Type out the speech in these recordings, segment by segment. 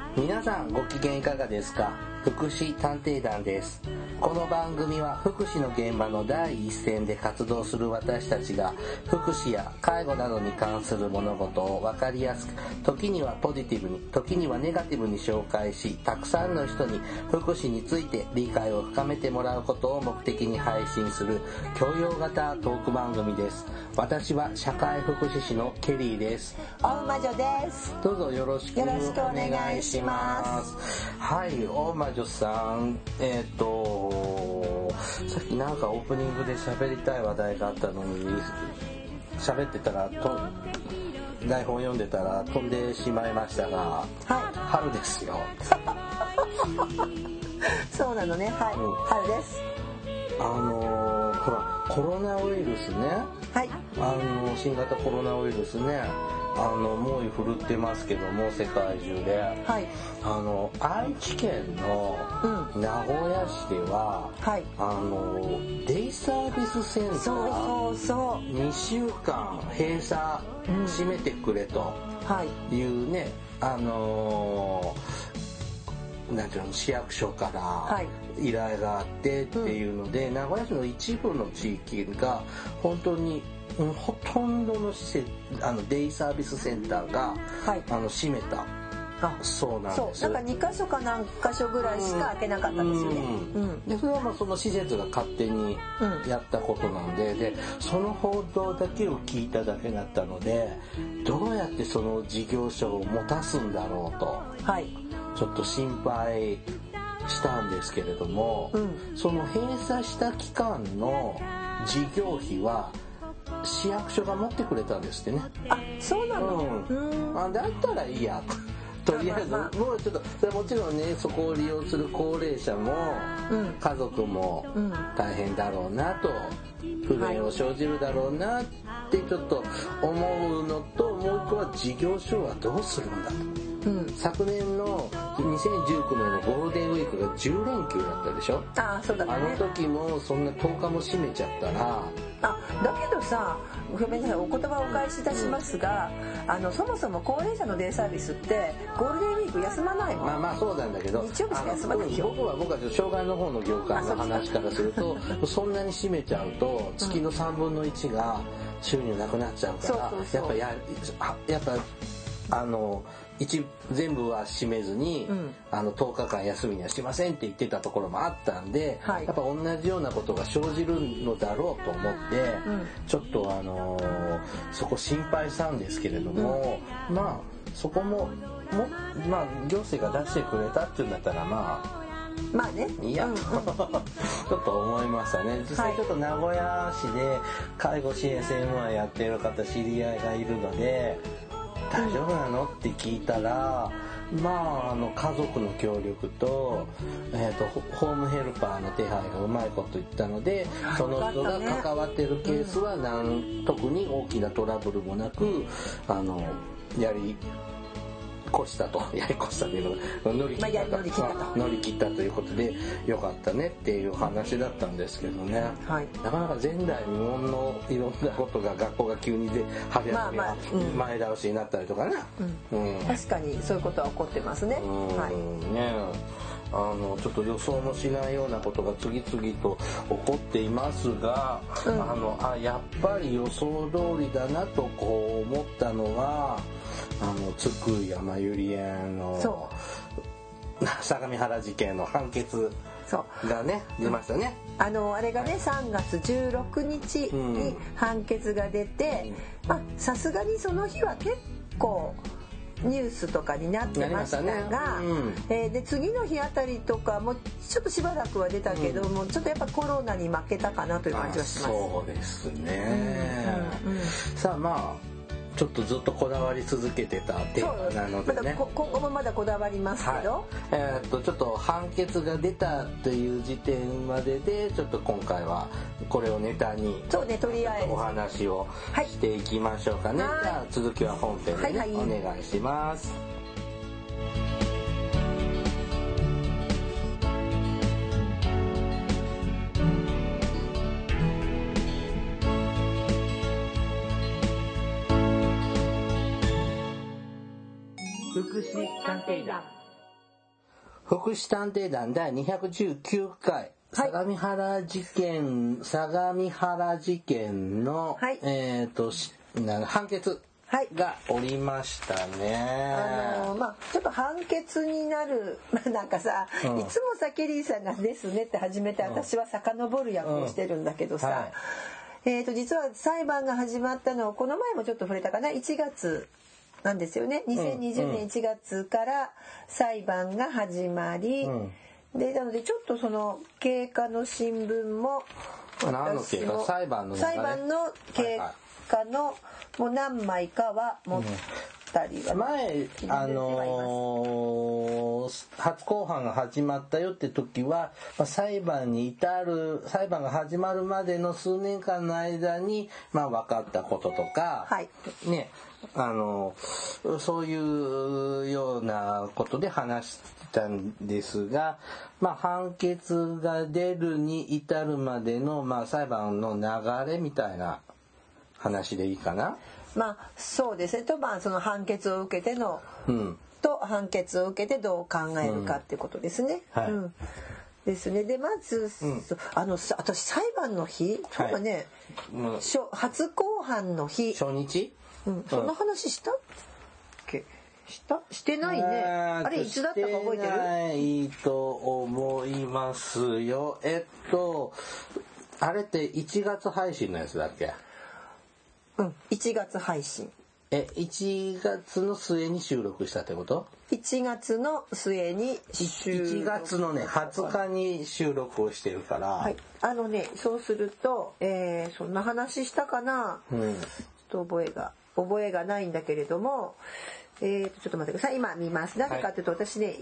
皆さんご機嫌いかがですか？福祉探偵団です。この番組は福祉の現場の第一線で活動する私たちが福祉や介護などに関する物事を分かりやすく、時にはポジティブに、時にはネガティブに紹介し、たくさんの人に福祉について理解を深めてもらうことを目的に配信する教養型トーク番組です。私は社会福祉士のケリーです。 大魔女です。 どうぞよろしくお願いします。はい、大魔女さん、さっきなんかオープニングで喋りたい話題があったのに、喋ってたら台本読んでたら飛んでしまいましたが、 はい、 春ですよ。 そうなのね、はい、春です。 ほらコロナウイルスね、 はい、 新型コロナウイルスね、猛威振るってますけども、世界中で、 はい、 愛知県の名古屋市では、 はい、 デイサービスセンター、 そう 2週間閉鎖閉めてくれというね、なんていうの、市役所から依頼があってっていうので、名古屋市の一部の地域が本当にほとんどの施設、デイサービスセンターが、閉めた。そうなんです。 そう、なんか2箇所か何箇所ぐらいしか開けなかったんですよね。 でそれはその施設が勝手にやったことなんで、でその報道だけを聞いただけだったので、どうやってその事業所を持たすんだろうと、ちょっと心配したんですけれども、その閉鎖した期間の事業費は市役所が持ってくれたんですってね。 あ、そうなの？ だったらいいやとりあえず、もうちょっとそれもちろんね、そこを利用する高齢者も、家族も大変だろうなと、不便を生じるだろうなってちょっと思うのと、もう一個は事業所はどうするんだと。昨年の2019年のゴールデンウィークが10連休だったでしょ。 そうだね。 あの時もそんな10日も閉めちゃったら、 だけどさ、ごめんなさい、お言葉をお返しいたしますが、そもそも高齢者のデイサービスってゴールデンウィーク休まないもん。 まあそうなんだけど、 日曜日しか休まないよ。 僕は障害の方の業界の話からすると、そんなに閉めちゃうと月の3分の1が収入なくなっちゃうから、やっぱ全部は閉めずに、10日間休みにはしませんって言ってたところもあったんで、やっぱ同じようなことが生じるのだろうと思って、ちょっとそこ心配したんですけれども、まあそこも行政が出してくれたっていうんだったらまあね、 いいやちょっと思いましたね。実際ちょっと名古屋市で介護支援専門やってる方知り合いがいるので、大丈夫なのって聞いたら、家族の協力と、ホームヘルパーの手配がうまいこと言ったので、その人が関わってるケースは特に大きなトラブルもなく、やり越したというの乗り切ったということでよかったねっていう話だったんですけどね、なかなか前代未聞のいろんなことが、学校が急に春休みが前倒しになったりとかね、 確かにそういうことは起こってますね。 ちょっと予想もしないようなことが次々と起こっていますが、やっぱり予想通りだなとこう思ったのは、津久井やまゆり園の相模原事件の判決がね、出ましたね。 あれがね、3月16日に判決が出て、さすがにその日は結構ニュースとかになってましたが、で次の日あたりとかもちょっとしばらくは出たけども、ちょっとやっぱコロナに負けたかなという感じはします。 そうですね。さあちょっとずっとこだわり続けてたテーマなのでね、 今後もまだこだわりますけど、 ちょっと判決が出たという時点までで、ちょっと今回はこれをネタにとりあえずお話をしていきましょうかね。じゃあ続きは本編でね、お願いします。 福祉探偵団。 福祉探偵団第219回、相模原事件の、 はい、 判決がおりましたね。 ちょっと判決になる、なんかさ、いつもさケリーさんがですねって始めて、私は遡る役をしてるんだけどさ、実は裁判が始まったのはこの前もちょっと触れたかな、1月なんですよね。2020年1月から裁判が始まり、でなのでちょっとその経過の新聞も何の経過？裁判の経過のもう何枚かは持ったりは、 前初公判が始まったよって時は、裁判が始まるまでの数年間の間に分かったこととか、ね、そういうようなことで話したんですが、判決が出るに至るまでの、裁判の流れみたいな話でいいかな。 そうですね。とその判決を受けての、と判決を受けてどう考えるかっていうことですね。ですね。でまず、私裁判の日、そうだね、初公判の日、 初日、 そんな話したっけ？してないね。あれいつだったか覚えてる？ ないと思いますよ。あれって1月配信のやつだっけ ？1月配信。 1月の末に収録したってこと？ 1月の末に 1月のね20日に収録をしてるから、 そうすると、そんな話したかな、ちょっと覚えがないんだけれども、ちょっと待ってください。今見ます。なぜかというと、私ね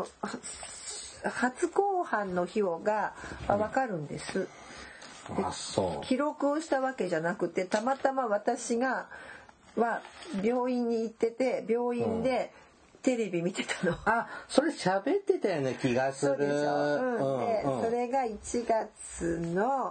初公判の日が分かるんです。記録をしたわけじゃなくて、たまたま私は病院に行ってて、病院でテレビ見てたの。 それ喋ってたよね気がする。 そうでしょ。それが1月の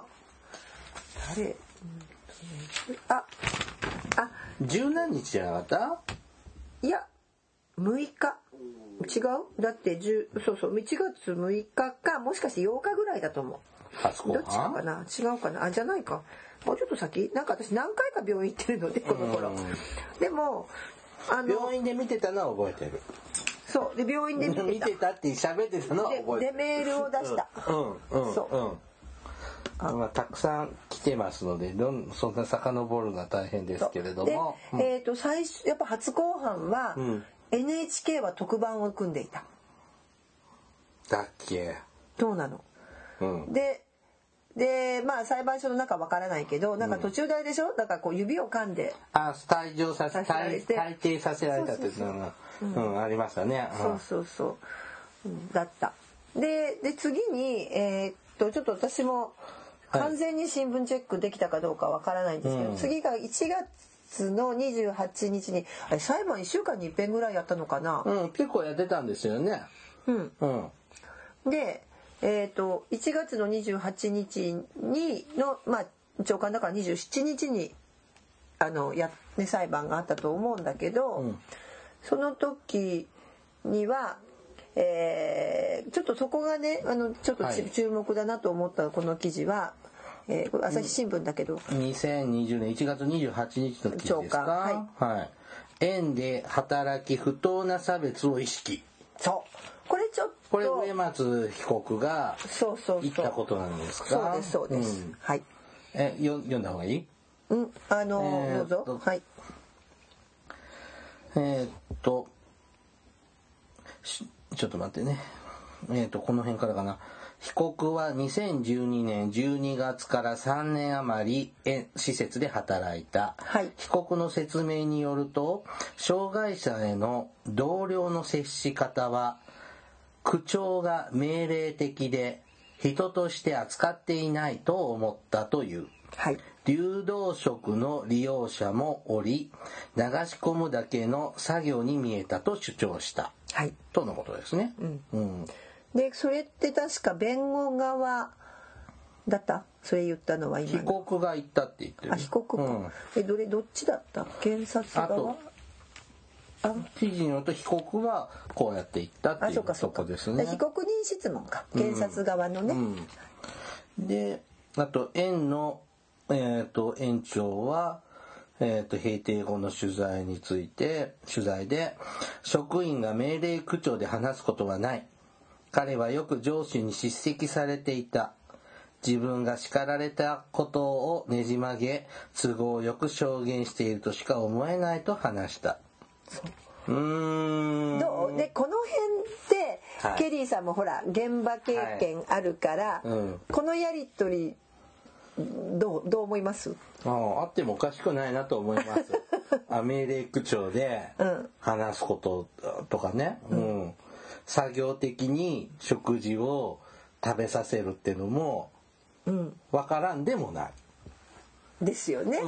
十何日じゃなかった？ いや6日違う？だって1月6日か、もしかして8日ぐらいだと思う。どっちかな？違うかな？じゃないか。もうちょっと先？なんか私何回か病院行ってるので、この頃。でも病院で見てたのは覚えてる。 そうで病院で見てたって喋ってたのは覚えてる。 でメールを出した。 たくさん来てますので、そんな遡るのは大変ですけれども。 最初やっぱ初公判は、NHK は特番を組んでいた。 だっけ？ そうなの。で裁判所の中わからないけど、なんか途中であれでしょ、なんかこう指を噛んで退廷させられたっていうのがありましたね。 だった。で次にちょっと私も完全に新聞チェックできたかどうかわからないんですけど、次が1月の28日に裁判1週間に1遍ぐらいやったのかな。 結構やってたんですよね。 で1月の28日にの朝刊だから27日に裁判があったと思うんだけど、その時には、ちょっとそこがねちょっと注目だなと思ったこの記事は、これ朝日新聞だけど 2020年1月28日の記事ですか。園で働き不当な差別を意識。これ植松被告が言ったことなんですか？ そうです。 読んだ方がいい？ どうぞ。 ちょっと待ってね。この辺からかな。被告は2012年12月から3年余り施設で働いた。被告の説明によると、障害者への同僚の接し方は口調が命令的で人として扱っていないと思ったという。流動食の利用者もおり、流し込むだけの作業に見えたと主張した、とのことですね。 でそれって確か弁護側だった？それ言ったのは今の被告が言ったって言ってる。 被告か。どっちだった？検察側？ 記事によると被告はこうやって言ったっていうとこですね。 被告人質問か、検察側のね。 で、あと園の園長は閉廷後の取材で職員が命令口調で話すことはない。彼はよく上司に叱責されていた。自分が叱られたことをねじ曲げ都合よく証言しているとしか思えないと話した。 どうでこの辺って、ケリーさんもほら現場経験あるから、このやり取りどう思います？ あってもおかしくないなと思います。命令口調で話すこととかね、作業的に食事を食べさせるっていうのもわからんでもない。 ですよね。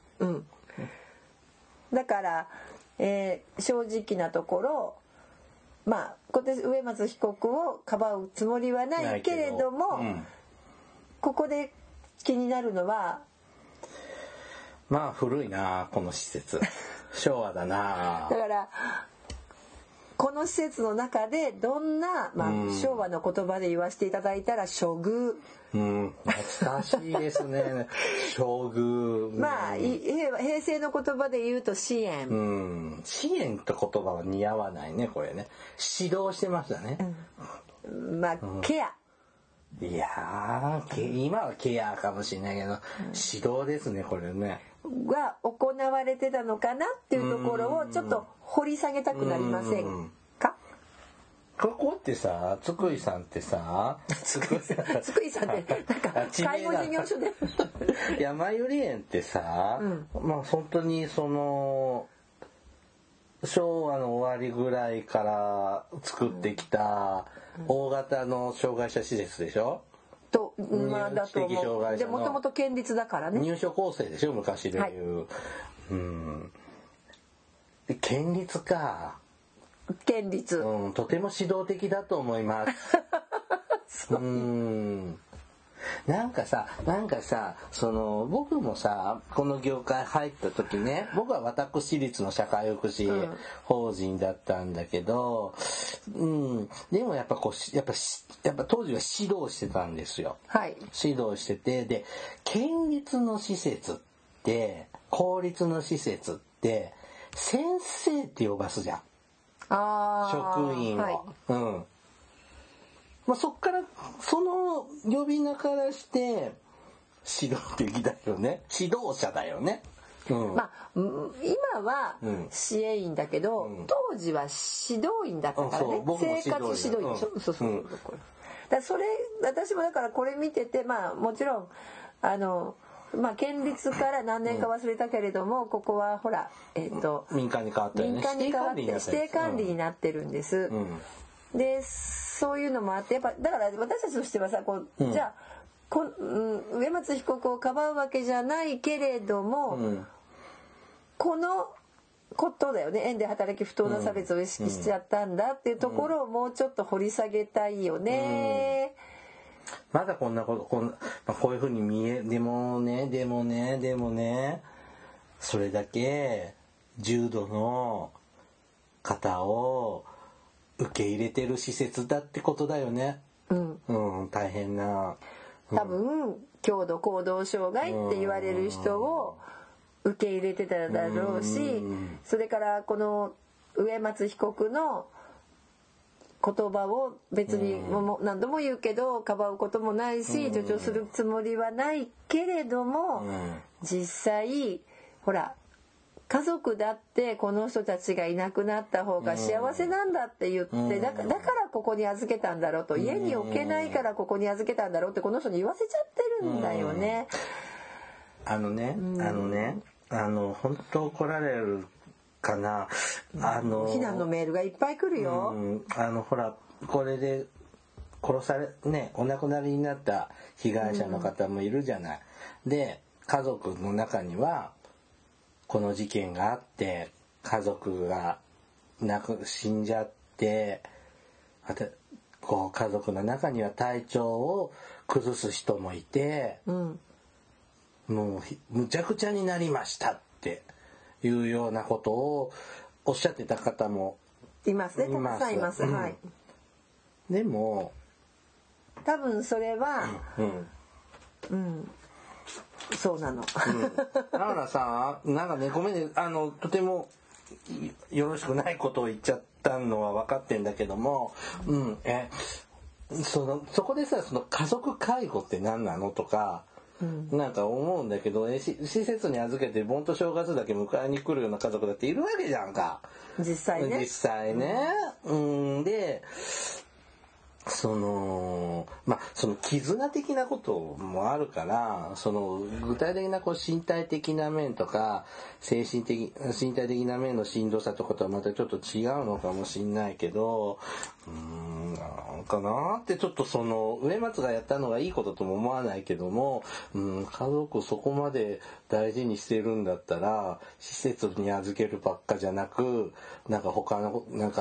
だから、正直なところ、まあ上松被告をかばうつもりはないけれども、ここで気になるのは、 まあ古いなこの施設。昭和だな。 だからこの施設の中でどんな、昭和の言葉で言わせていただいたら処遇、 懐かしいですね。処遇、 平成の言葉で言うと支援、 支援って言葉は似合わないねこれね。指導してましたね。 ケア、 いや今はケアかもしれないけど、指導ですねこれね。 が行われてたのかなっていうところをちょっと掘り下げたくなりませんか？ ここってさ、津久井さんってさ、 津久井さんってなんか介護事業所で山百合園ってさ、まあ本当にその昭和の終わりぐらいから作ってきた大型の障害者施設でしょ？ だと思う。でもともと県立だからね。 入所構成でしょ昔でいう。で県立か。 県立。 とても指導的だと思います。なんかさその僕もさこの業界入った時ね、僕は私立の社会福祉法人だったんだけど、でもやっぱ当時は指導してたんですよ。指導してて、で県立の施設って公立の施設って先生って呼ばすじゃん。職員を。そっからその呼び名からして指導的だよね。指導者だよね。今は支援員だけど、当時は指導員だったからね。生活指導員でしょ。それ私もだからこれ見てて、もちろん県立から何年か忘れたけれども、ここはほら民間に変わったよね。 民間に変わって指定管理になってるんです。でそういうのもあって、やっぱだから私たちとしてはさ、じゃあ上松被告をかばうわけじゃないけれども、このことだよね、園で働き不当な差別を意識しちゃったんだっていうところをもうちょっと掘り下げたいよね。 まだこんなことこういうふうにでもねそれだけ重度の方を受け入れてる施設だってことだよね。大変な。 多分強度行動障害って言われる人を受け入れてただろうし、それからこの上松被告の言葉を別に何度も言うけどかばうこともないし、助長するつもりはないけれども、実際ほら家族だってこの人たちがいなくなった方が幸せなんだって言って、だからここに預けたんだろうと、家に置けないからここに預けたんだろうってこの人に言わせちゃってるんだよね。 本当怒られるかな。 非難のメールがいっぱい来るよ。 ほらこれで殺されね、お亡くなりになった被害者の方もいるじゃない。で家族の中にはこの事件があって家族が死んじゃって、こう家族の中には体調を崩す人もいて、もうむちゃくちゃになりましたっていうようなことをおっしゃってた方もいますね。たくさんいます。はい。 でも多分それは、そうなの。だからさ、なんかね、ごめんね、とてもよろしくないことを言っちゃったのは分かってんだけども、そこでさ、その家族介護って何なのとか、なんか思うんだけど、施設に預けて盆と正月だけ迎えに来るような家族だっているわけじゃんか。 実際ね。 で、その絆的なこともあるから、具体的な身体的な面とか身体的な面のしんどさとかとはまたちょっと違うのかもしんないけど、なんかなってちょっと植松がやったのがいいこととも思わないけども、家族そこまで大事にしてるんだったら施設に預けるばっかじゃなく、なんか他の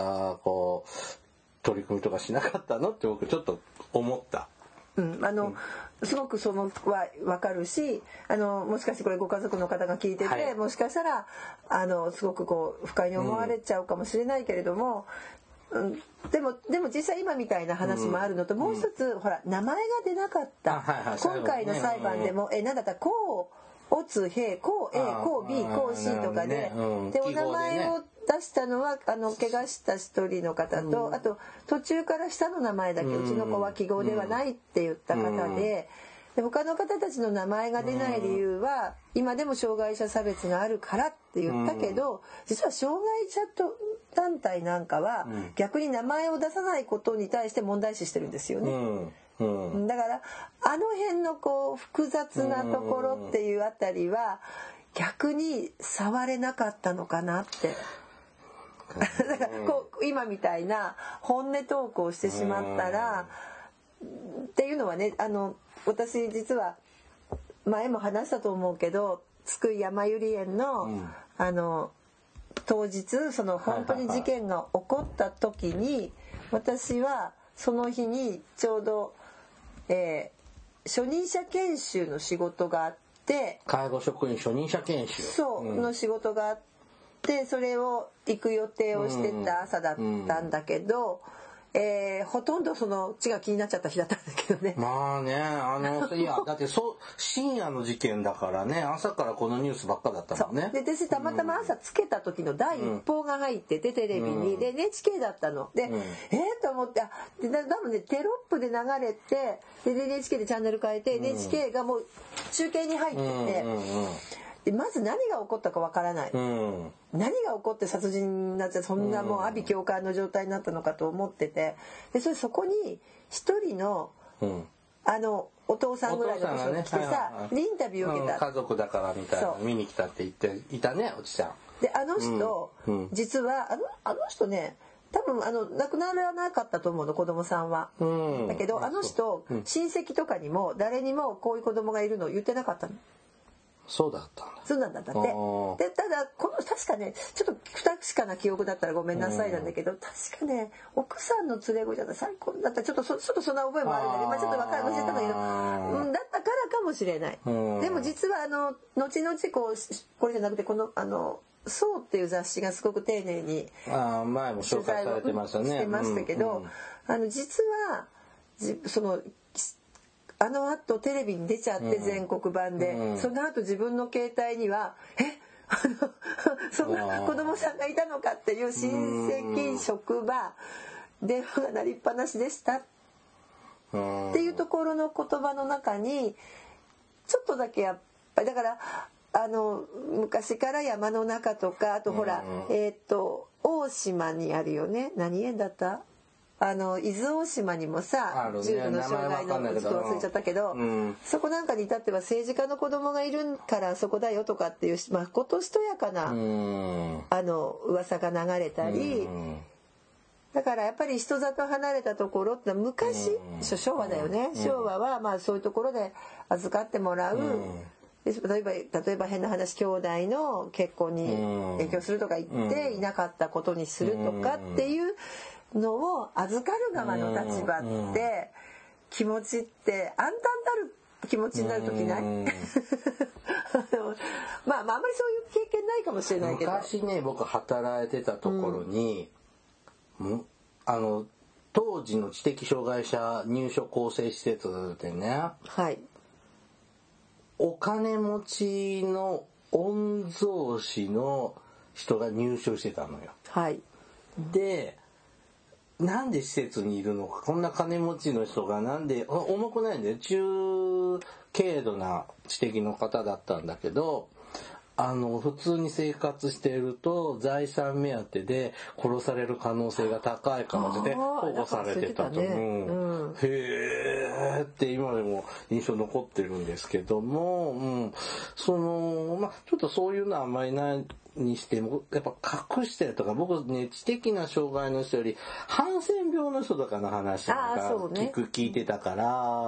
取り組みとかしなかったのって僕ちょっと思った。 すごくそのは分かるし、もしかしてこれご家族の方が聞いてて、もしかしたらすごく不快に思われちゃうかもしれないけれども、でも実際今みたいな話もあるのと、もう一つほら名前が出なかった、今回の裁判でもなんだったこうおつへこう A こう B こう C とかで、でお名前を出したのは怪我した一人の方と、あと途中から下の名前だけ、うちの子は記号ではないって言った方で、他の方たちの名前が出ない理由は今でも障害者差別があるからって言ったけど、実は障害者団体なんかは逆に名前を出さないことに対して問題視してるんですよね。だからあの辺の複雑なところっていうあたりは逆に触れなかったのかなって。だから今みたいな本音トークをしてしまったらっていうのはね、私実は前も話したと思うけど、津久井やまゆり園の、当日本当に事件が起こった時に、私はその日にちょうど、初任者研修の仕事があって、 介護職員初任者研修の仕事があって、それを行く予定をしてた朝だったんだけど、ほとんどその血が気になっちゃった日だったんだけどね。 まあね、いやだって深夜の事件だからね、朝からこのニュースばっかだったもんね。 で私たまたま朝つけた時の第一報が入ってて、テレビにで NHK だったので、と思って多分ねテロップで流れて、で NHK でチャンネル変えて、NHK がもう中継に入ってて。でまず何が起こったかわからない、何が起こって殺人になっちゃう、そんなもう阿鼻叫喚の状態になったのかと思ってて、でそこに一人の、お父さんぐらいの人が来てさ、インタビューを受けた、 家族だからみたいな見に来たって言っていたね、おじちゃんで、人、実はあの人ね、多分亡くならなかったと思うの、子供さんは、だけど人、親戚とかにも誰にもこういう子供がいるのを言ってなかったの。 そうだったんだ。 そうなんだって。でただ確かね、ちょっと不確かな記憶だったらごめんなさいなんだけど、確かね奥さんの連れ子じゃない最高だったらちょっとそんな覚えもあるんだけど、ちょっと忘れたんだけど、だったからかもしれない。でも実は後々これじゃなくてそうっていう雑誌がすごく丁寧に前も紹介されてましたね。 してましたけど、実は後テレビに出ちゃって全国版で、その後自分の携帯にはそんな子供さんがいたのかっていう親戚、職場電話が鳴りっぱなしでしたっていうところの言葉の中にちょっとだけやっぱりだから昔から山の中とか、あとほら大島にあるよね、何園だった伊豆大島にもさ、重度の障害の人忘れちゃったけど、そこなんかに至っては政治家の子供がいるからそこだよとかっていうまことしとやかな噂が流れたり、だからやっぱり人里離れたところって昔、昭和だよね、昭和はそういうところで預かってもらう、例えば変な話、兄弟の結婚に影響するとか言っていなかったことにするとかっていうのを預かる側の立場って気持ちって暗淡たる気持ちになる時ないまああんまりそういう経験ないかもしれないけど、 昔ね僕働いてたところに、当時の知的障害者入所更生施設でね、 はい、 お金持ちの御曹司の人が入所してたのよ。 はい、 でなんで施設にいるのか、こんな金持ちの人がなんで、重くないんだよ、中軽度な知的の方だったんだけど、普通に生活していると財産目当てで殺される可能性が高いからで保護されてたと。へーって今でも印象残ってるんですけども、ちょっとそういうのはあんまりないにしてもやっぱ隠してるとか、僕ね知的な障害の人よりハンセン病の人とかの話が聞いてたから、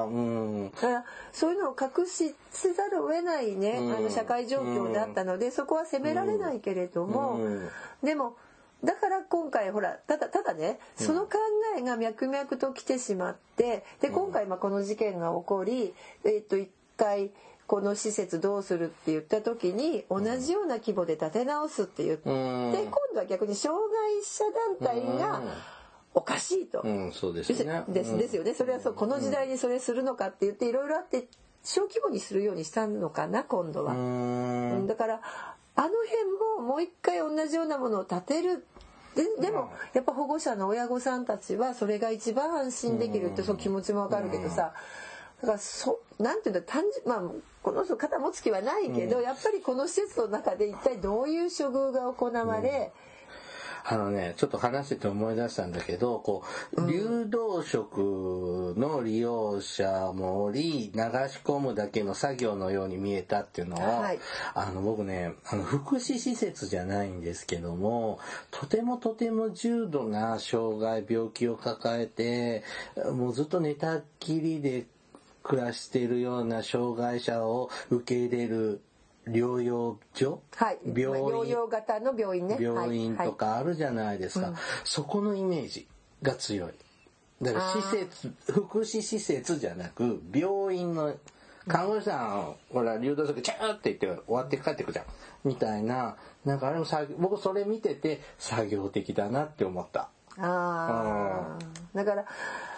そういうのを隠しせざるを得ないね、社会状況だったので、そこは責められないけれども、でもだから今回ほらただね、その考えが脈々と来てしまって、で今回この事件が起こり、一回この施設どうするって言った時に同じような規模で立て直すって言って、今度は逆に障害者団体がおかしいと、 そうですね、 ですよね。それはそう、この時代にそれするのかって言っていろいろあって小規模にするようにしたのかな今度は。だからあの辺ももう一回同じようなものを建てる。でもやっぱ保護者の親御さんたちはそれが一番安心できるってそう気持ちもわかるけどさ、だからなんていうんだ、この人肩持つ気はないけど、やっぱりこの施設の中で一体どういう処遇が行われ、 ちょっと話してて思い出したんだけど、流動食の利用者もおり流し込むだけの作業のように見えたっていうのは、僕ね福祉施設じゃないんですけども、とても重度な障害病気を抱えてもうずっと寝たきりで暮らしているような障害者を受け入れる療養所、 療養型の病院ね、 病院とかあるじゃないですか、そこのイメージが強い。だから福祉施設じゃなく病院の看護師さんほら流動食チャーって言って終わって帰ってくじゃんみたいな、なんかあれも僕それ見てて作業的だなって思った。 だから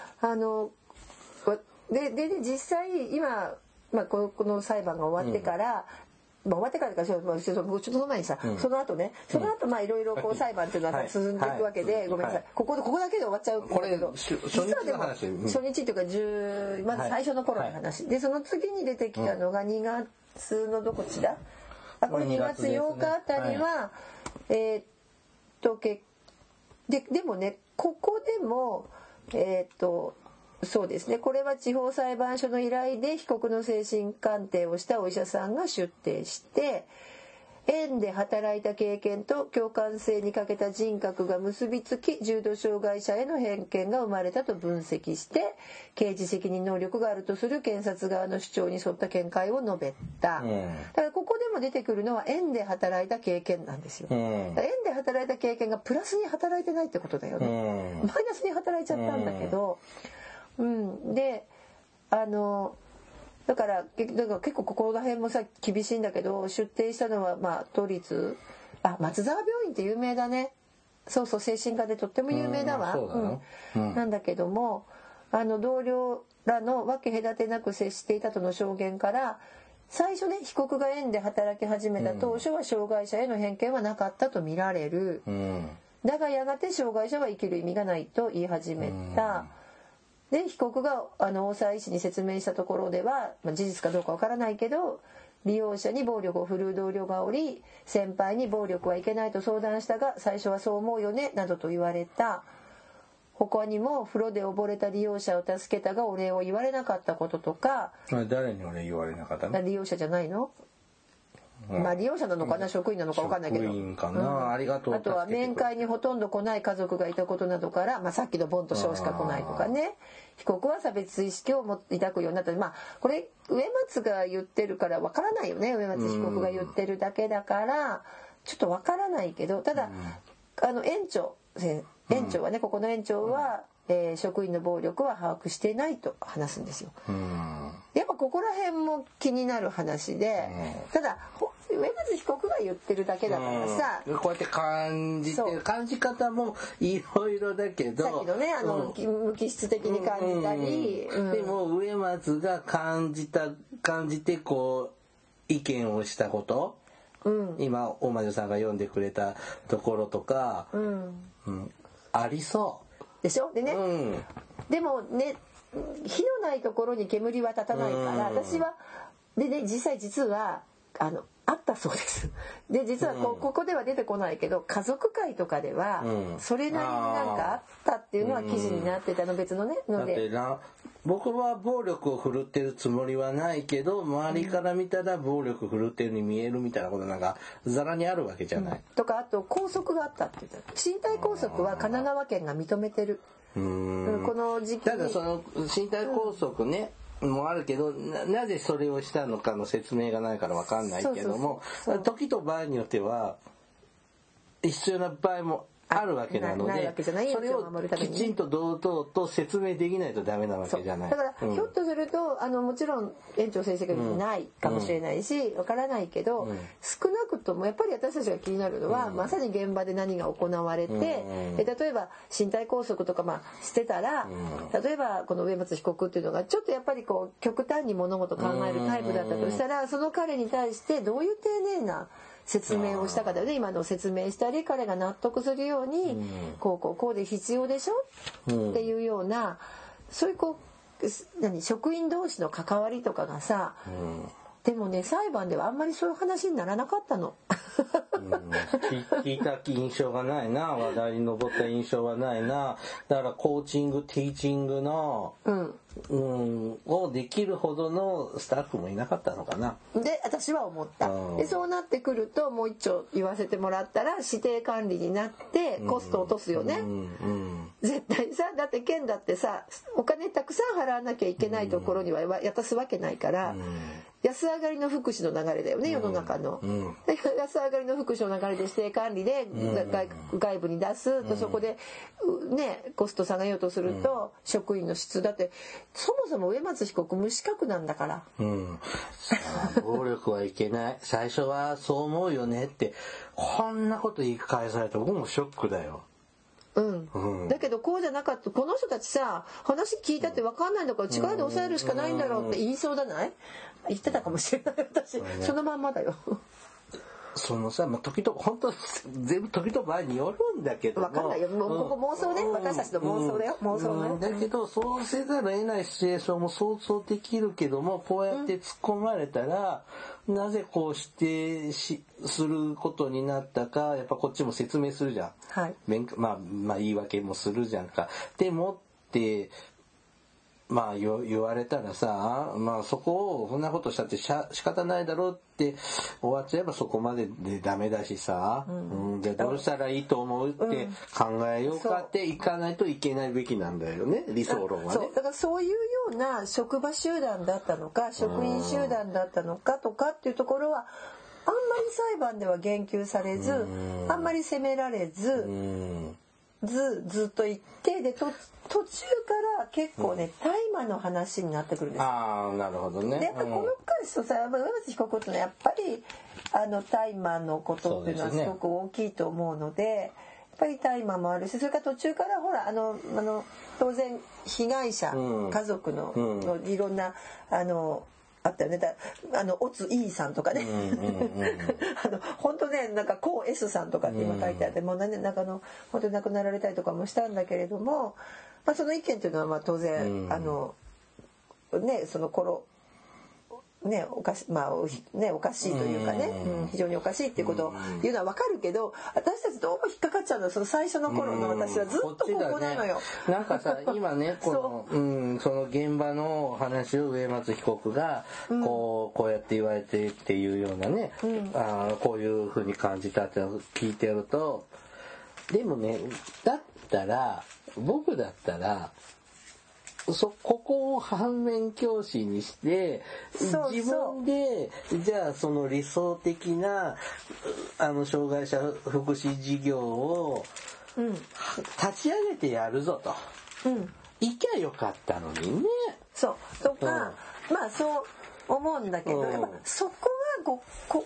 で実際今、この裁判が終わってから、終わってからかちょっとその前にさ、その後いろいろ裁判っていうのは進んでいくわけで、ごめんなさい、ここだけで終わっちゃうんだけど、実はでも初日っていうかまず最初の頃の話で、その次に出てきたのが2月のどこちだ、これ2月8日あたりはでもね、ここでもそうですね、これは地方裁判所の依頼で被告の精神鑑定をしたお医者さんが出廷して、園で働いた経験と共感性に欠けた人格が結びつき重度障害者への偏見が生まれたと分析して、刑事責任能力があるとする検察側の主張に沿った見解を述べた。だからここでも出てくるのは園で働いた経験なんですよ。園で働いた経験がプラスに働いてないってことだよね。マイナスに働いちゃったんだけど、でだから結構ここら辺もさ厳しいんだけど、出廷したのは都立松沢病院って有名だね。そう精神科でとっても有名だわ。なんだけども同僚らの分け隔てなく接していたとの証言から、最初ね被告が園で働き始めた当初は障害者への偏見はなかったと見られる。だがやがて障害者は生きる意味がないと言い始めた。で被告が大沢医師に説明したところでは、事実かどうかわからないけど、利用者に暴力を振るう同僚がおり、先輩に暴力はいけないと相談したが最初はそう思うよねなどと言われた。他にも風呂で溺れた利用者を助けたがお礼を言われなかったこととか。 誰にお礼言われなかったの？ 利用者じゃないの？利用者なのかな、職員なのか分かんないけど、 職員かな、ありがとう。 あとは面会にほとんど来ない家族がいたことなどから、さっきのボンと小しか来ないとかね、被告は差別意識を抱くようになった。これ植松が言ってるから分からないよね。植松被告が言ってるだけだからちょっと分からないけど、ただ園長はね、ここの園長は職員の暴力は把握していないと話すんですよ。やっぱここら辺も気になる話で、ただ上松被告が言ってるだけだからさ、 こうやって感じて感じ方もいろいろだけど、 だけどね無機質的に感じたり、 でも上松が感じてこう意見をしたこと、今大魔女さんが読んでくれたところとか、ありそうでしょ。でね、でもね火のないところに煙は立たないから、私はでね実はあったそうです。で実はここでは出てこないけど家族会とかではそれなりになんかあったっていうのは記事になってたの、別のねので。 僕は暴力を振るってるつもりはないけど周りから見たら暴力振るってるに見えるみたいなことなんかざらにあるわけじゃない、 とかあと拘束があったって言った。身体拘束は神奈川県が認めてる。この時期にただその身体拘束ね、もあるけど なぜそれをしたのかの説明がないから分かんないけども、時と場合によっては必要な場合もあるわけなので、それをきちんと堂々と説明できないとダメなわけじゃない。 だからひょっとするともちろん園長先生がないかもしれないしわからないけど、少なくともやっぱり私たちが気になるのは、まさに現場で何が行われて、例えば身体拘束とかしてたら、例えばこの上松被告っていうのがちょっとやっぱりこう極端に物事を考えるタイプだったとしたら、その彼に対してどういう丁寧な説明をしたかだよね。今の説明したり彼が納得するように、こうで必要でしょ、っていうようなそういう職員同士の関わりとかがさ、でもね裁判ではあんまりそういう話にならなかったの。 聞いた印象がないな、話題に上った印象はないな。だからコーチングティーチングの、をできるほどのスタッフもいなかったのかな。 で私は思った。でそうなってくるともう一丁言わせてもらったら指定管理になってコストを落とすよね。絶対さ、だって県だってさお金たくさん払わなきゃいけないところには渡すわけないから、安上がりの福祉の流れだよね、世の中の。安上がりの福祉の流れで指定管理で外部に出すと、そこでねコスト下げようとすると、職員の質だってそもそも上松被告無資格なんだから。 暴力はいけない。最初はそう思うよねってこんなこと言い返されて僕もショックだよ。だけどこうじゃなかった。この人たちさ話聞いたって分かんないんだから力で抑えるしかないんだろうって言いそうだない？言ってたかもしれない私、そのまんまだよ。そのさ、時と本当全部時と場合によるんだけども、 分かんないよ、もうここ妄想ね、私たちの妄想だよ、妄想だけどそうせざるを得ないシチュエーションも想像できるけども、こうやって突っ込まれたら、なぜこうしてすることになったかやっぱこっちも説明するじゃん、言い訳もするじゃんか。でもって言われたらさ、そこをこんなことしたって仕方ないだろうって終わっちゃえばそこまででダメだしさ、じゃあどうしたらいいと思うって考えようかっていかないといけないべきなんだよね、理想論はね。 だからそういうような職場集団だったのか職員集団だったのかとかっていうところはあんまり裁判では言及されず、あんまり責められず、ずっと言ってで途中から結構ね大麻の話になってくるんですよ。 なるほどね。 でやっぱこの回とさ上松被告ってのはやっぱり大麻のことっていうのはすごく大きいと思うので、やっぱり大麻もあるし、それから途中からほら当然被害者、家族のいろんなあったよね。オツ E さんとかね、本当ねなんかコウ S さんとかって今書いてあって、もうなんか本当に亡くなられたりとかもしたんだけれども、その意見というのは当然その頃おかしいというかね、非常におかしいっていうことを言うのは分かるけど、私たちどうも引っかかっちゃうのはその最初の頃の私はずっとここなのよ。 なんかさ今ねこのその現場の話を上松被告がこうやって言われてっていうようなね、こういう風に感じたって聞いてると、でもね僕だったらここを反面教師にして自分でじゃあその理想的な障害者福祉事業を立ち上げてやるぞと。 行きゃよかったのにね。 そうとか、まあそう思うんだけど、やっぱそこはこ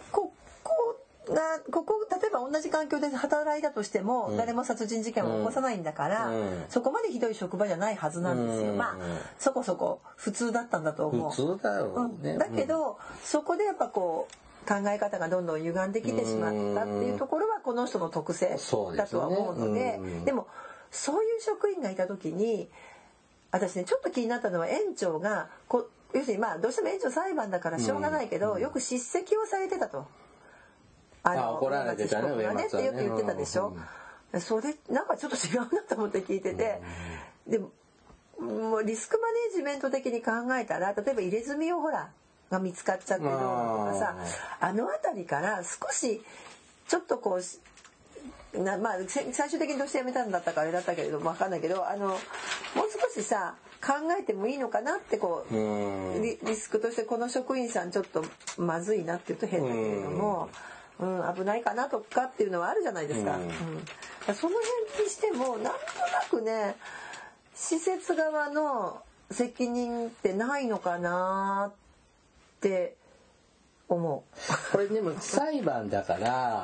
こ例えば同じ環境で働いたとしても、誰も殺人事件を起こさないんだから、そこまでひどい職場じゃないはずなんですよ。まあそこそこ普通だったんだと思う。 普通だよね。 だけどそこでやっぱこう考え方がどんどん歪んできてしまったっていうところはこの人の特性だとは思うので、でもそういう職員がいた時に私ねちょっと気になったのは、園長が要するにまあどうしても園長裁判だからしょうがないけど、よく叱責をされてたと。 怒られてたね、 上松被告がねってよく言ってたでしょ。それなんかちょっと違うなと思って聞いてて、でももうリスクマネジメント的に考えたら、例えば入れ墨をが見つかっちゃってどうのとかさ、あの辺りから少しちょっとこうまあ最終的にどうしてやめたんだったかあれだったけれども分かんないけど、もう少しさ考えてもいいのかなってこうリスクとしてこの職員さんちょっとまずいなって言うと変だけれども。危ないかなとかっていうのはあるじゃないですか。その辺にしてもなんとなくね、施設側の責任ってないのかなって思う。 これでも裁判だから、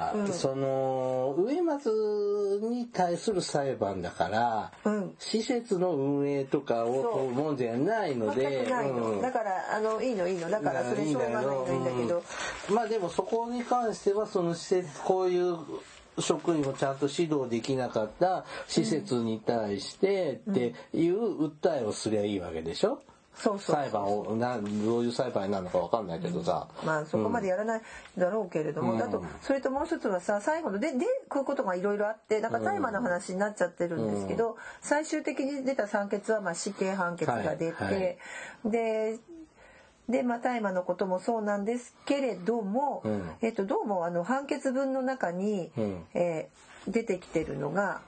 その植松に対する裁判だから、施設の運営とかを問うもんじゃないので、 だからいいのだからそれしょうがないのいいんだけど、 まあでもそこに関してはその施設こういう職員をちゃんと指導できなかった施設に対してっていう訴えをすりゃいいわけでしょ。裁判をどういう裁判になるのか分かんないけどさ、 まあそこまでやらないだろうけれども、だとそれともう一つはさ、最後のでこういうことがいろいろあって、だから大麻の話になっちゃってるんですけど、最終的に出た判決はまあ死刑判決が出て、でまあ大麻のこともそうなんですけれども、どうも判決文の中に、出てきてるのが、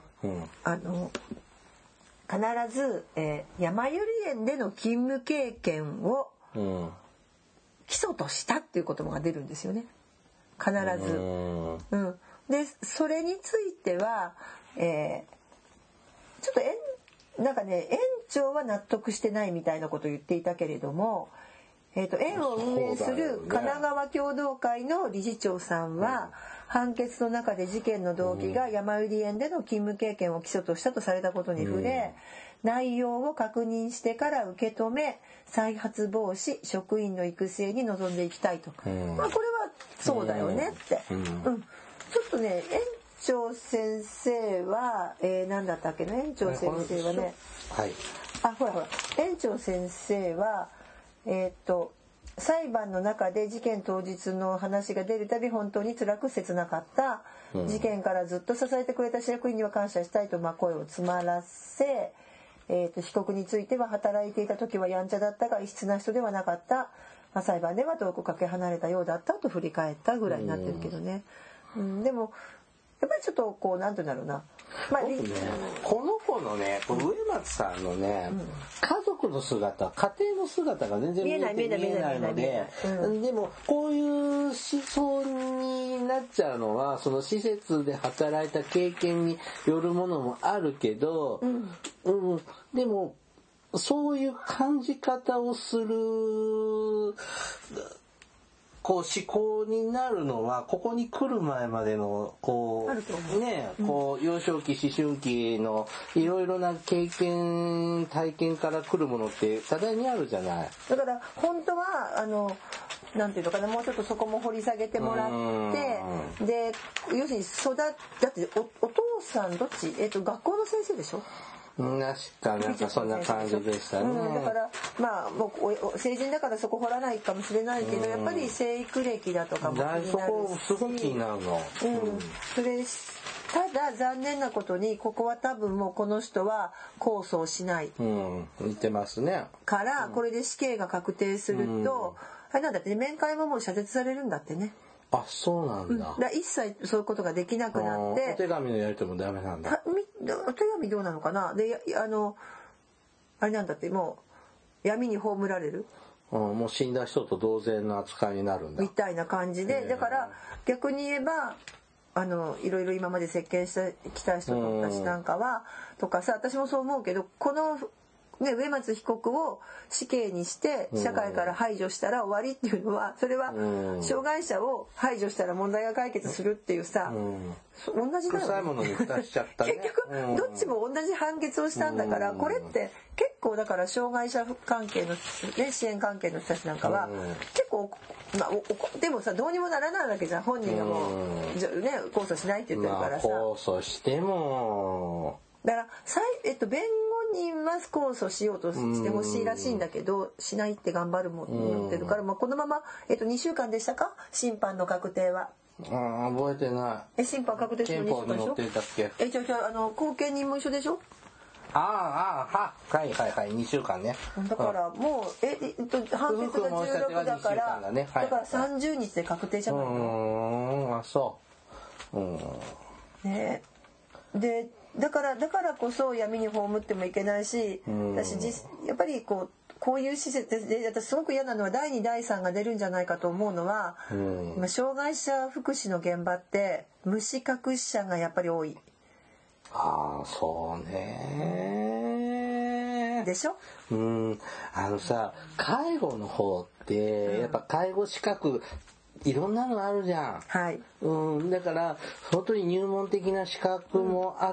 必ず、山百合園での勤務経験を基礎としたっていう言葉が出るんですよね、必ず。でそれについては、ちょっとなんかね、園長は納得してないみたいなことを言っていたけれども、園を運営する神奈川協同会の理事長さんは、判決の中で事件の動機が山百合園での勤務経験を基礎としたとされたことに触れ、内容を確認してから受け止め、再発防止、職員の育成に臨んでいきたいと。まあこれはそうだよねって。ちょっとね、園長先生は、何だったっけな、園長先生はね、ほら園長先生は裁判の中で事件当日の話が出るたび本当に辛く切なかった、事件からずっと支えてくれた職員には感謝したいと声を詰まらせ、被告については働いていた時はやんちゃだったが異質な人ではなかった、裁判では遠くかけ離れたようだったと振り返ったぐらいになってるけどね、でもやっぱりちょっとこうなんて言うんだろうな、 この子のね、植松さんのね、家族の姿、家庭の姿が全然見えないので、でもこういう思想になっちゃうのはその施設で働いた経験によるものもあるけど、でもそういう感じ方をするこう思考になるのはここに来る前までのこうね、こう幼少期思春期のいろいろな経験体験から来るものって多大にあるじゃない。 だから本当はなんていうのかな、もうちょっとそこも掘り下げてもらって、で要するにだってお父さんどっち、学校の先生でしょ。 なんかそんな感じでしたね。 だからまあもう成人だからそこ掘らないかもしれないけど、やっぱり生育歴だとかも気になるし、 そこすごい気になるの。 それただ残念なことにここは多分もうこの人は控訴をしない。 言ってますね。 からこれで死刑が確定すると、あれなんだって、面会ももう謝絶されるんだってね。 あ、そうなんだ。 一切そういうことができなくなって。 お手紙のやり取りもダメなんだ。 お手紙どうなのかな。で、あれなんだって、もう闇に葬られる。 もう死んだ人と同然の扱いになるんだ。 みたいな感じで、だから逆に言えばいろいろ今まで接見してきた人たちなんかはとかさ、私もそう思うけど、このね、植松被告を死刑にして社会から排除したら終わりっていうのは、それは障害者を排除したら問題が解決するっていうさ、同じだよね。 臭いものに蓋しちゃったね。 結局どっちも同じ判決をしたんだから、これって結構だから障害者関係の、ね、支援関係の人たちなんかは結構、でもさ、どうにもならないわけじゃん。本人がもう、ね、控訴しないって言ってるからさ。 控訴してもだから弁護人は控訴しようとしてほしいらしいんだけど、しないって頑張るもんによってるから、このまま、2週間でしたか、審判の確定は。 覚えてない。 審判確定するの2週間でしょ。 憲法に載ってたっけ。 後見人も一緒でしょ。 はい2週間ね。 だからもう判決が16だから、だから30日で確定じゃないの。ね。でだからこそ闇に葬ってもいけないし、私やっぱりこういう施設で、私すごく嫌なのは第2第3が出るんじゃないかと思うのは、今障害者福祉の現場って無資格者がやっぱり多い。 そうね。 でしょ。 さ、介護の方ってやっぱ介護資格いろんなのあるじゃん。 はい。 だから本当に入門的な資格もあって、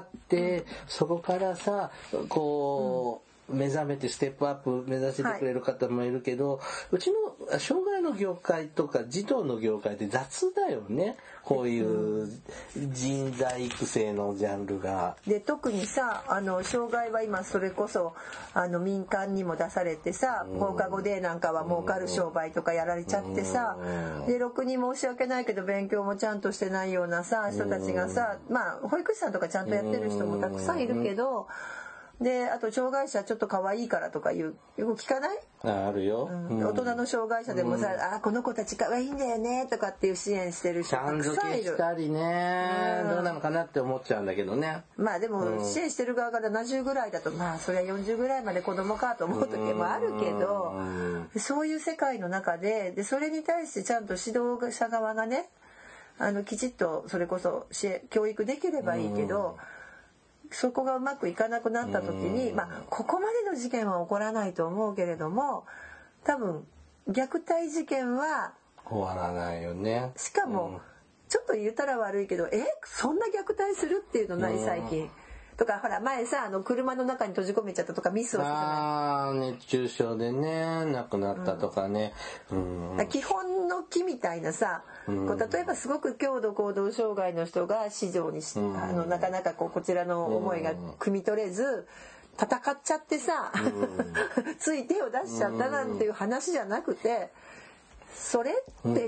そこからさこう、目覚めてステップアップ目指してくれる方もいるけど、うちの障害の業界とか児童の業界って雑だよね。こういう人材育成のジャンルが。で特にさ、障害は今それこそ民間にも出されてさ、放課後デーなんかは儲かる商売とかやられちゃってさ、でろくに申し訳ないけど勉強もちゃんとしてないようなさ人たちがさ、保育士さんとかちゃんとやってる人もたくさんいるけど。であと障害者ちょっと可愛いからとかよく聞かない？ あるよ、 大人の障害者でもさ、この子たち可愛いんだよねとかっていう支援してる人たくさんいる。 したりね、どうなのかなって思っちゃうんだけどね。 でも支援してる側が70ぐらいだとそれは40ぐらいまで子供かと思う時もあるけど、そういう世界の中でそれに対してちゃんと指導者側がねきちっとそれこそ教育できればいいけど。そこがうまくいかなくなった時に、ここまでの事件は起こらないと思うけれども、多分虐待事件は終わらないよね。 しかも、ちょっと言ったら悪いけど、そんな虐待するっていうのない最近。とかほら前さ車の中に閉じ込めちゃったとかミスをしたじゃない。 熱中症でね亡くなったとかね。 基本の木みたいなさ、例えばすごく強度行動障害の人が市場になかなかこちらの思いが汲み取れず戦っちゃってさ、つい手を出しちゃったなんていう話じゃなくて。それって、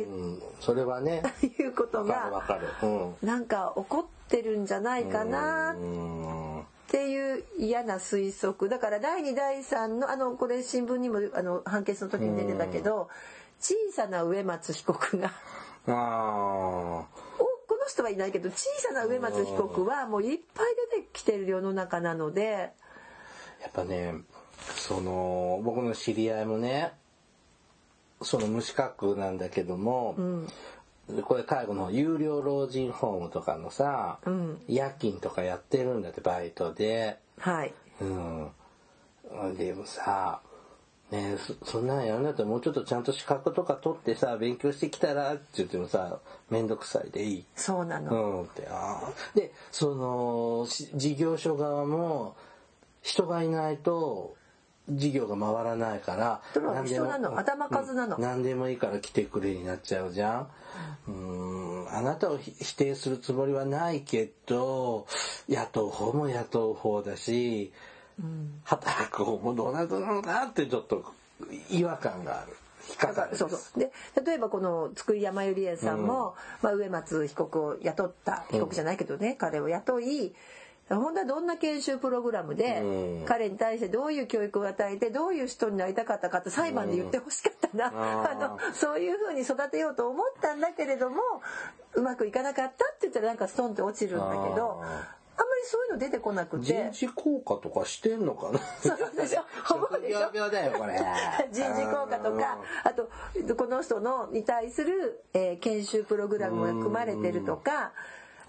それはねいうことがなんか起こってるんじゃないかなっていう嫌な推測だから第2第3のこれ新聞にも判決の時に出てたけど小さな植松被告がこの人はいないけど小さな植松被告はもういっぱい出てきてる世の中なのでやっぱね僕の知り合いもね無資格なんだけども、これ介護の有料老人ホームとかのさ、夜勤とかやってるんだってバイトで。 はい。 でもさ、ねそんなんやるんだったらもうちょっとちゃんと資格とか取ってさ勉強してきたらって言ってもさめんどくさいでいい。 そうなの。 で事業所側も人がいないと。事業が回らないから人なの頭数なの、 何でもいいから来てくれになっちゃうじゃん。あなたを否定するつもりはないけど雇う方も雇う方だし、働く方もどうなるのかってちょっと違和感がある。 で例えばこの津久井やまゆり園さんも、植松被告を雇った被告じゃないけどね、彼を雇い本当はどんな研修プログラムで彼に対してどういう教育を与えてどういう人になりたかったかって裁判で言ってほしかったな、そういうふうに育てようと思ったんだけれどもうまくいかなかったって言ったらなんかストンって落ちるんだけどあんまりそういうの出てこなくて人事効果とかしてんのかな。 そうでしょ職業病だよこれ。 人事効果とかあとこの人に対する研修プログラムが組まれてるとか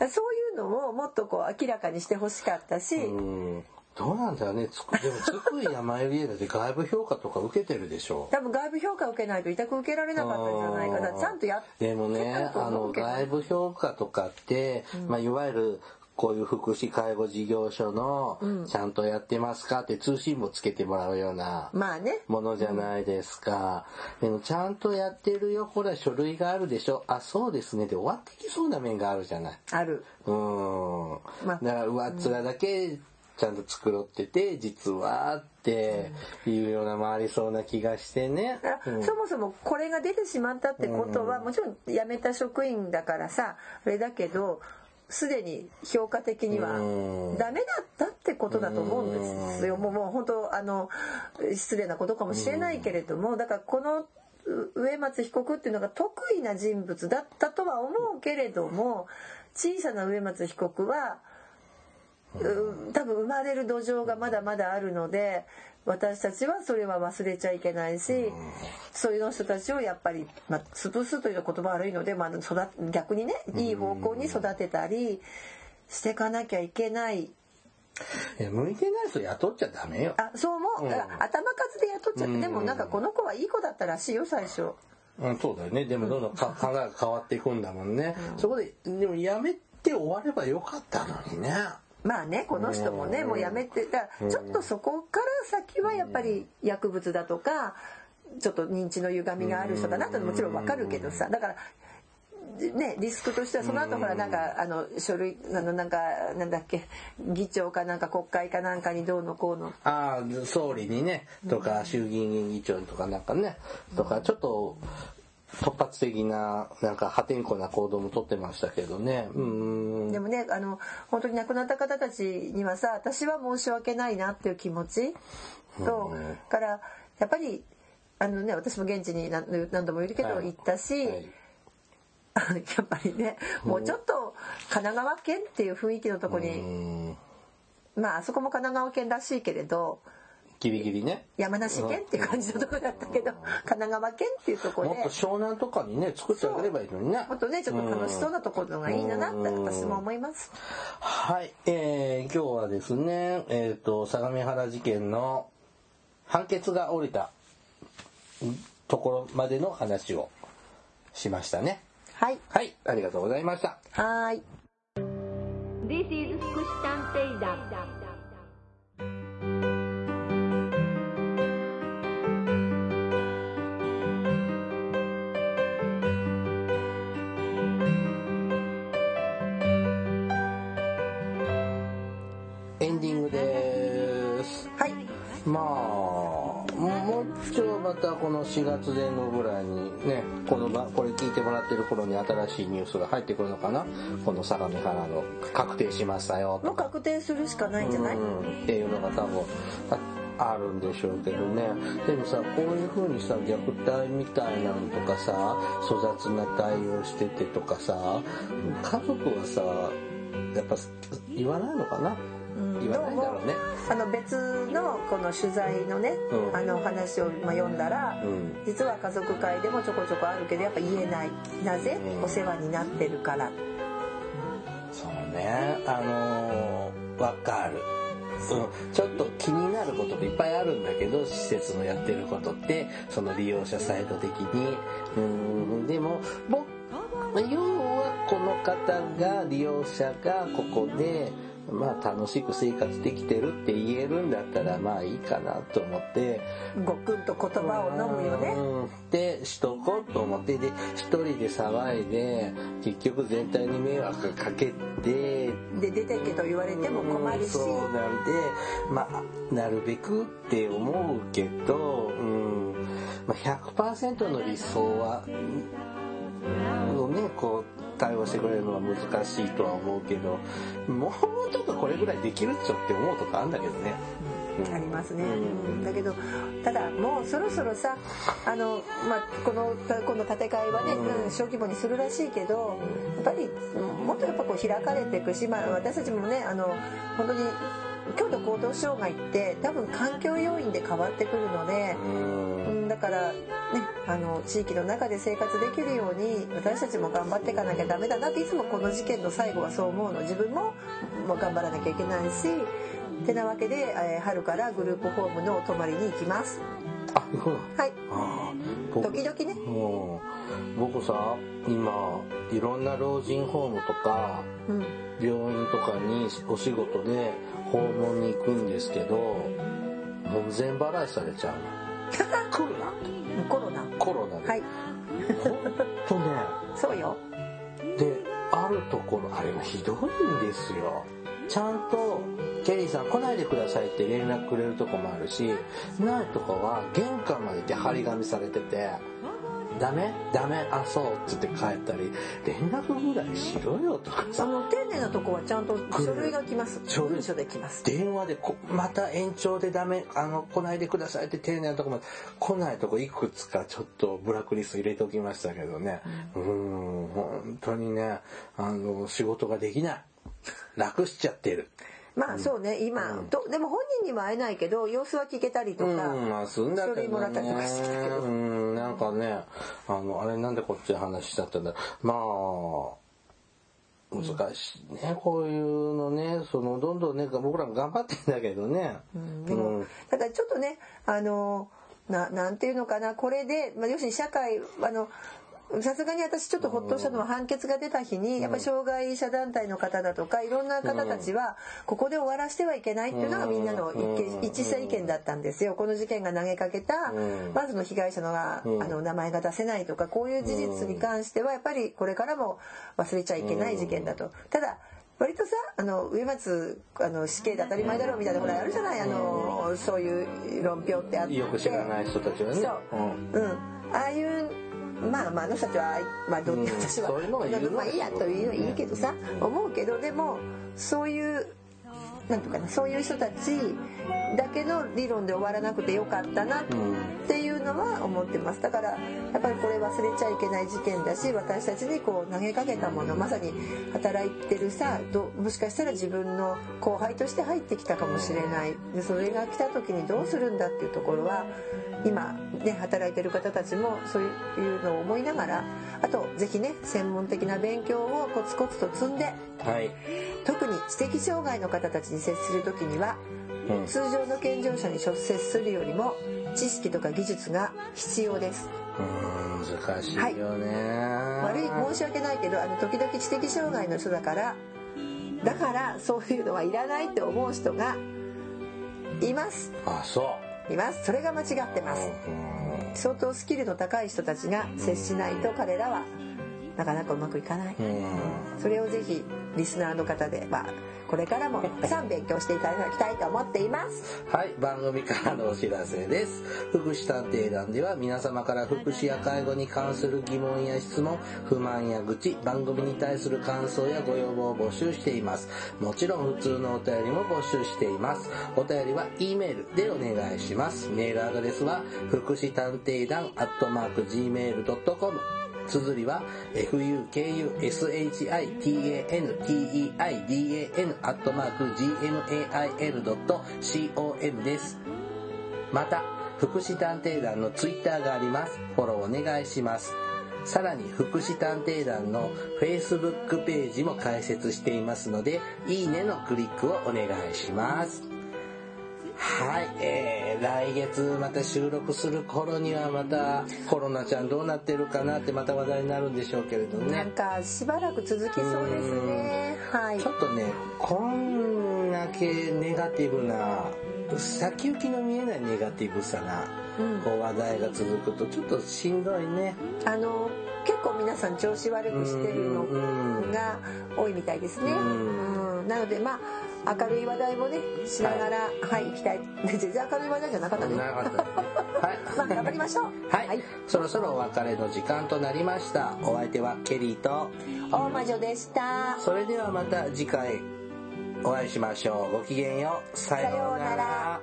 そういうのをもっとこう明らかにしてほしかったし、 どうなんだよね。でも津久井やまゆり園で外部評価とか受けてるでしょ。 多分外部評価受けないと委託受けられなかったんじゃないかな。ちゃんとやってでもね、外部評価とかって、いわゆるこういう福祉介護事業所のちゃんとやってますかって通信簿つけてもらうようなものじゃないですか。でもちゃんとやってるよ、これは書類があるでしょ、あ、そうですねで終わってきそうな面があるじゃない。 ある。 だから上っ面だけちゃんと繕ってて、実はっていうような回りそうな気がしてね。 だからそもそもこれが出てしまったってことは、もちろん辞めた職員だからさあれだけど、すでに評価的にはダメだったってことだと思うんですよ。もう本当失礼なことかもしれないけれども、だからこの植松被告っていうのが得意な人物だったとは思うけれども、小さな植松被告は多分生まれる土壌がまだまだあるので、私たちはそれは忘れちゃいけないし、そういう人たちをやっぱり、潰すという言葉悪いので、逆にねいい方向に育てたりしていかなきゃいけない。 向いてない人雇っちゃダメよ。 そう思う。頭数で雇っちゃって、でもなんかこの子はいい子だったらしいよ最初。 そうだよね。でもどんどん考えが変わっていくんだもんね。そこででもやめて終わればよかったのにね。 まあね、この人もねもうやめてた、ちょっとそこから先はやっぱり薬物だとかちょっと認知の歪みがある人だなってもちろんわかるけどさ、だからね、リスクとしてはその後ほらなんか書類なんだっけ、議長かなんか国会かなんかにどうのこうの、 総理にねとか衆議院議長とかなんかねとかちょっと突発的ななんか破天荒な行動もとってましたけどね。 でもね本当に亡くなった方たちにはさ、私は申し訳ないなっていう気持ちと、からやっぱり私も現地に何度もいるけど行ったし、やっぱりねもうちょっと神奈川県っていう雰囲気のとこに、あそこも神奈川県らしいけれどギリギリね山梨県っていう感じのところだったけど、神奈川県っていうところでもっと湘南とかにね作ってあげればいいのにね。 もっとねちょっと楽しそうなところがいいなって私も思います。 はい、今日はですね相模原事件の判決が下りたところまでの話をしましたね。はい、はい、ありがとうございました。 はい。This is 福祉探偵団。 エンディングです。 はい。 もうちょまたこの4月前後ぐらいにねこれ聞いてもらってる頃に新しいニュースが入ってくるのかな。この相模原の確定しましたよもう確定するしかないんじゃない、 っていうのが多分あるんでしょうけどね。でもさこういう風にさ虐待みたいなのとかさ粗雑な対応しててとかさ家族はさやっぱ言わないのかな。言わないんだろうね。 別のこの取材のね、話を読んだら、実は家族会でもちょこちょこあるけどやっぱ言えない。なぜ、お世話になってるから。 そうね、わかる。ちょっと気になることっていっぱいあるんだけど施設のやってることってその利用者サイド的にでも要はこの方が利用者がここで楽しく生活できてるって言えるんだったらいいかなと思ってごくんと言葉を飲むよねでしとこうと思ってで一人で騒いで結局全体に迷惑かけてで出てけと言われても困るしそうなんでなるべくって思うけど、100% の理想はこう対応してくれるのは難しいとは思うけどもうちょっとこれぐらいできるっちょって思うとかあるんだけどね。 ありますね、だけどただもうそろそろさこの建て替えはね、小規模にするらしいけどやっぱりもっとこう開かれていくし、私たちもね本当に強度行動障害って多分環境要因で変わってくるのでだからね、地域の中で生活できるように私たちも頑張っていかなきゃダメだなっていつもこの事件の最後はそう思うの。自分も頑張らなきゃいけないし、てなわけで、春からグループホームのお泊まりに行きます。 あ、行くの？ はい。時々ね。 僕さ、今いろんな老人ホームとか、病院とかにお仕事で訪問に行くんですけど、もう全払いされちゃうの。来るなって。コロナで。はい。ほんとね。 そうよ。 で、あるところあれがひどいんですよ。ちゃんとケリーさん来ないでくださいって連絡くれるとこもあるし、ないとこは玄関まで行って張り紙されてて、ダメ、あ、そうって言って帰ったり、連絡ぐらいしろよとかさ。 丁寧なとこはちゃんと書類が来ます。文書で来ます。 電話でまた延長でダメ、来ないでくださいって丁寧なとこまで来ないとこいくつかちょっとブラックリスト入れておきましたけどね。本当にね、仕事ができない。楽しちゃってる。 まあそうね、今、でも本人には会えないけど様子は聞けたりとか、書類もらったりとかしてたけど、 なんかね、あれなんでこっちで話しちゃったんだ。まあ難しいね、こういうのね。どんどんね、僕らも頑張ってんだけどね。 でもただちょっとね、なんていうのかな、これで、要するに社会さすがに私ちょっとほっとしたのは判決が出た日にやっぱり障害者団体の方だとかいろんな方たちはここで終わらせてはいけないっていうのがみんなの一致した意見だったんですよ。この事件が投げかけたまずの被害者の名前が出せないとか、こういう事実に関してはやっぱりこれからも忘れちゃいけない事件だと。ただ割とさ、植松死刑で当たり前だろうみたいなほらあるじゃない、そういう論評ってあって、 よく知らない人たちはね。 そう、ああいうまああの人たちは私はまあいいやというのはいいけどさ、思うけど、でもそういうなんとかな、そういう人たちだけの理論で終わらなくてよかったなっていうのは思ってます。だからやっぱりこれ忘れちゃいけない事件だし、私たちにこう投げかけたもの、まさに働いてるさ、もしかしたら自分の後輩として入ってきたかもしれない。でそれが来た時にどうするんだっていうところは今ね、働いてる方たちもそういうのを思いながら、あとぜひね、専門的な勉強をコツコツと積んで、特に知的障害の方たちに接する時には、通常の健常者に接するよりも知識とか技術が必要です。 難しいよね、 悪い、申し訳ないけど時々知的障害の人だからそういうのはいらないって思う人がいます。います。それが間違ってます。相当スキルの高い人たちが接しないと彼らはなかなかうまくいかない。それをぜひリスナーの方で、これからもたくさん勉強していただきたいと思っています。 はい、番組からのお知らせです。福祉探偵団では皆様から福祉や介護に関する疑問や質問、不満や愚痴、番組に対する感想やご要望を募集しています。もちろん普通のお便りも募集しています。お便りは E メールでお願いします。メールアドレスは福祉探偵団@gmail.com、綴りは fukushitanteidan@gmail.com です。また福祉探偵団のツイッターがあります。フォローお願いします。さらに福祉探偵団の Facebook ページも開設していますので、いいねのクリックをお願いします。はい、来月また収録する頃にはまたコロナちゃんどうなってるかなってまた話題になるんでしょうけれどね。 なんかしばらく続きそうですね。 ちょっとね、こんだけネガティブな、先行きの見えないネガティブさな、こう話題が続くとちょっとしんどいね。 結構皆さん調子悪くしてるのが多いみたいですね。なので明るい話題もねしながら行きたい。全然明るい話題じゃなかったね。頑張りましょう。 はい、そろそろお別れの時間となりました。お相手はケリーと大魔女でした。 それではまた次回お会いしましょう。ごきげんよう。さようなら。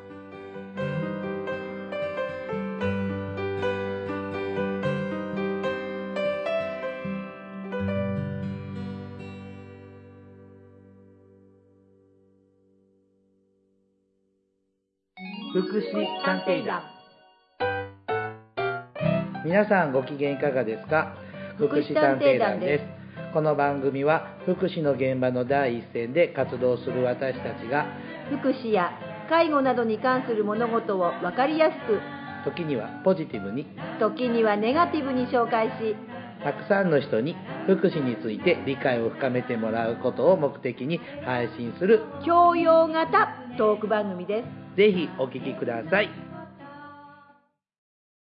福祉探偵団。 皆さんご機嫌いかがですか？福祉探偵団です。この番組は福祉の現場の第一線で活動する私たちが福祉や介護などに関する物事を分かりやすく、 時にはポジティブに、 時にはネガティブに紹介し、 たくさんの人に福祉について理解を深めてもらうことを目的に配信する教養型トーク番組です。 ぜひお聞きください。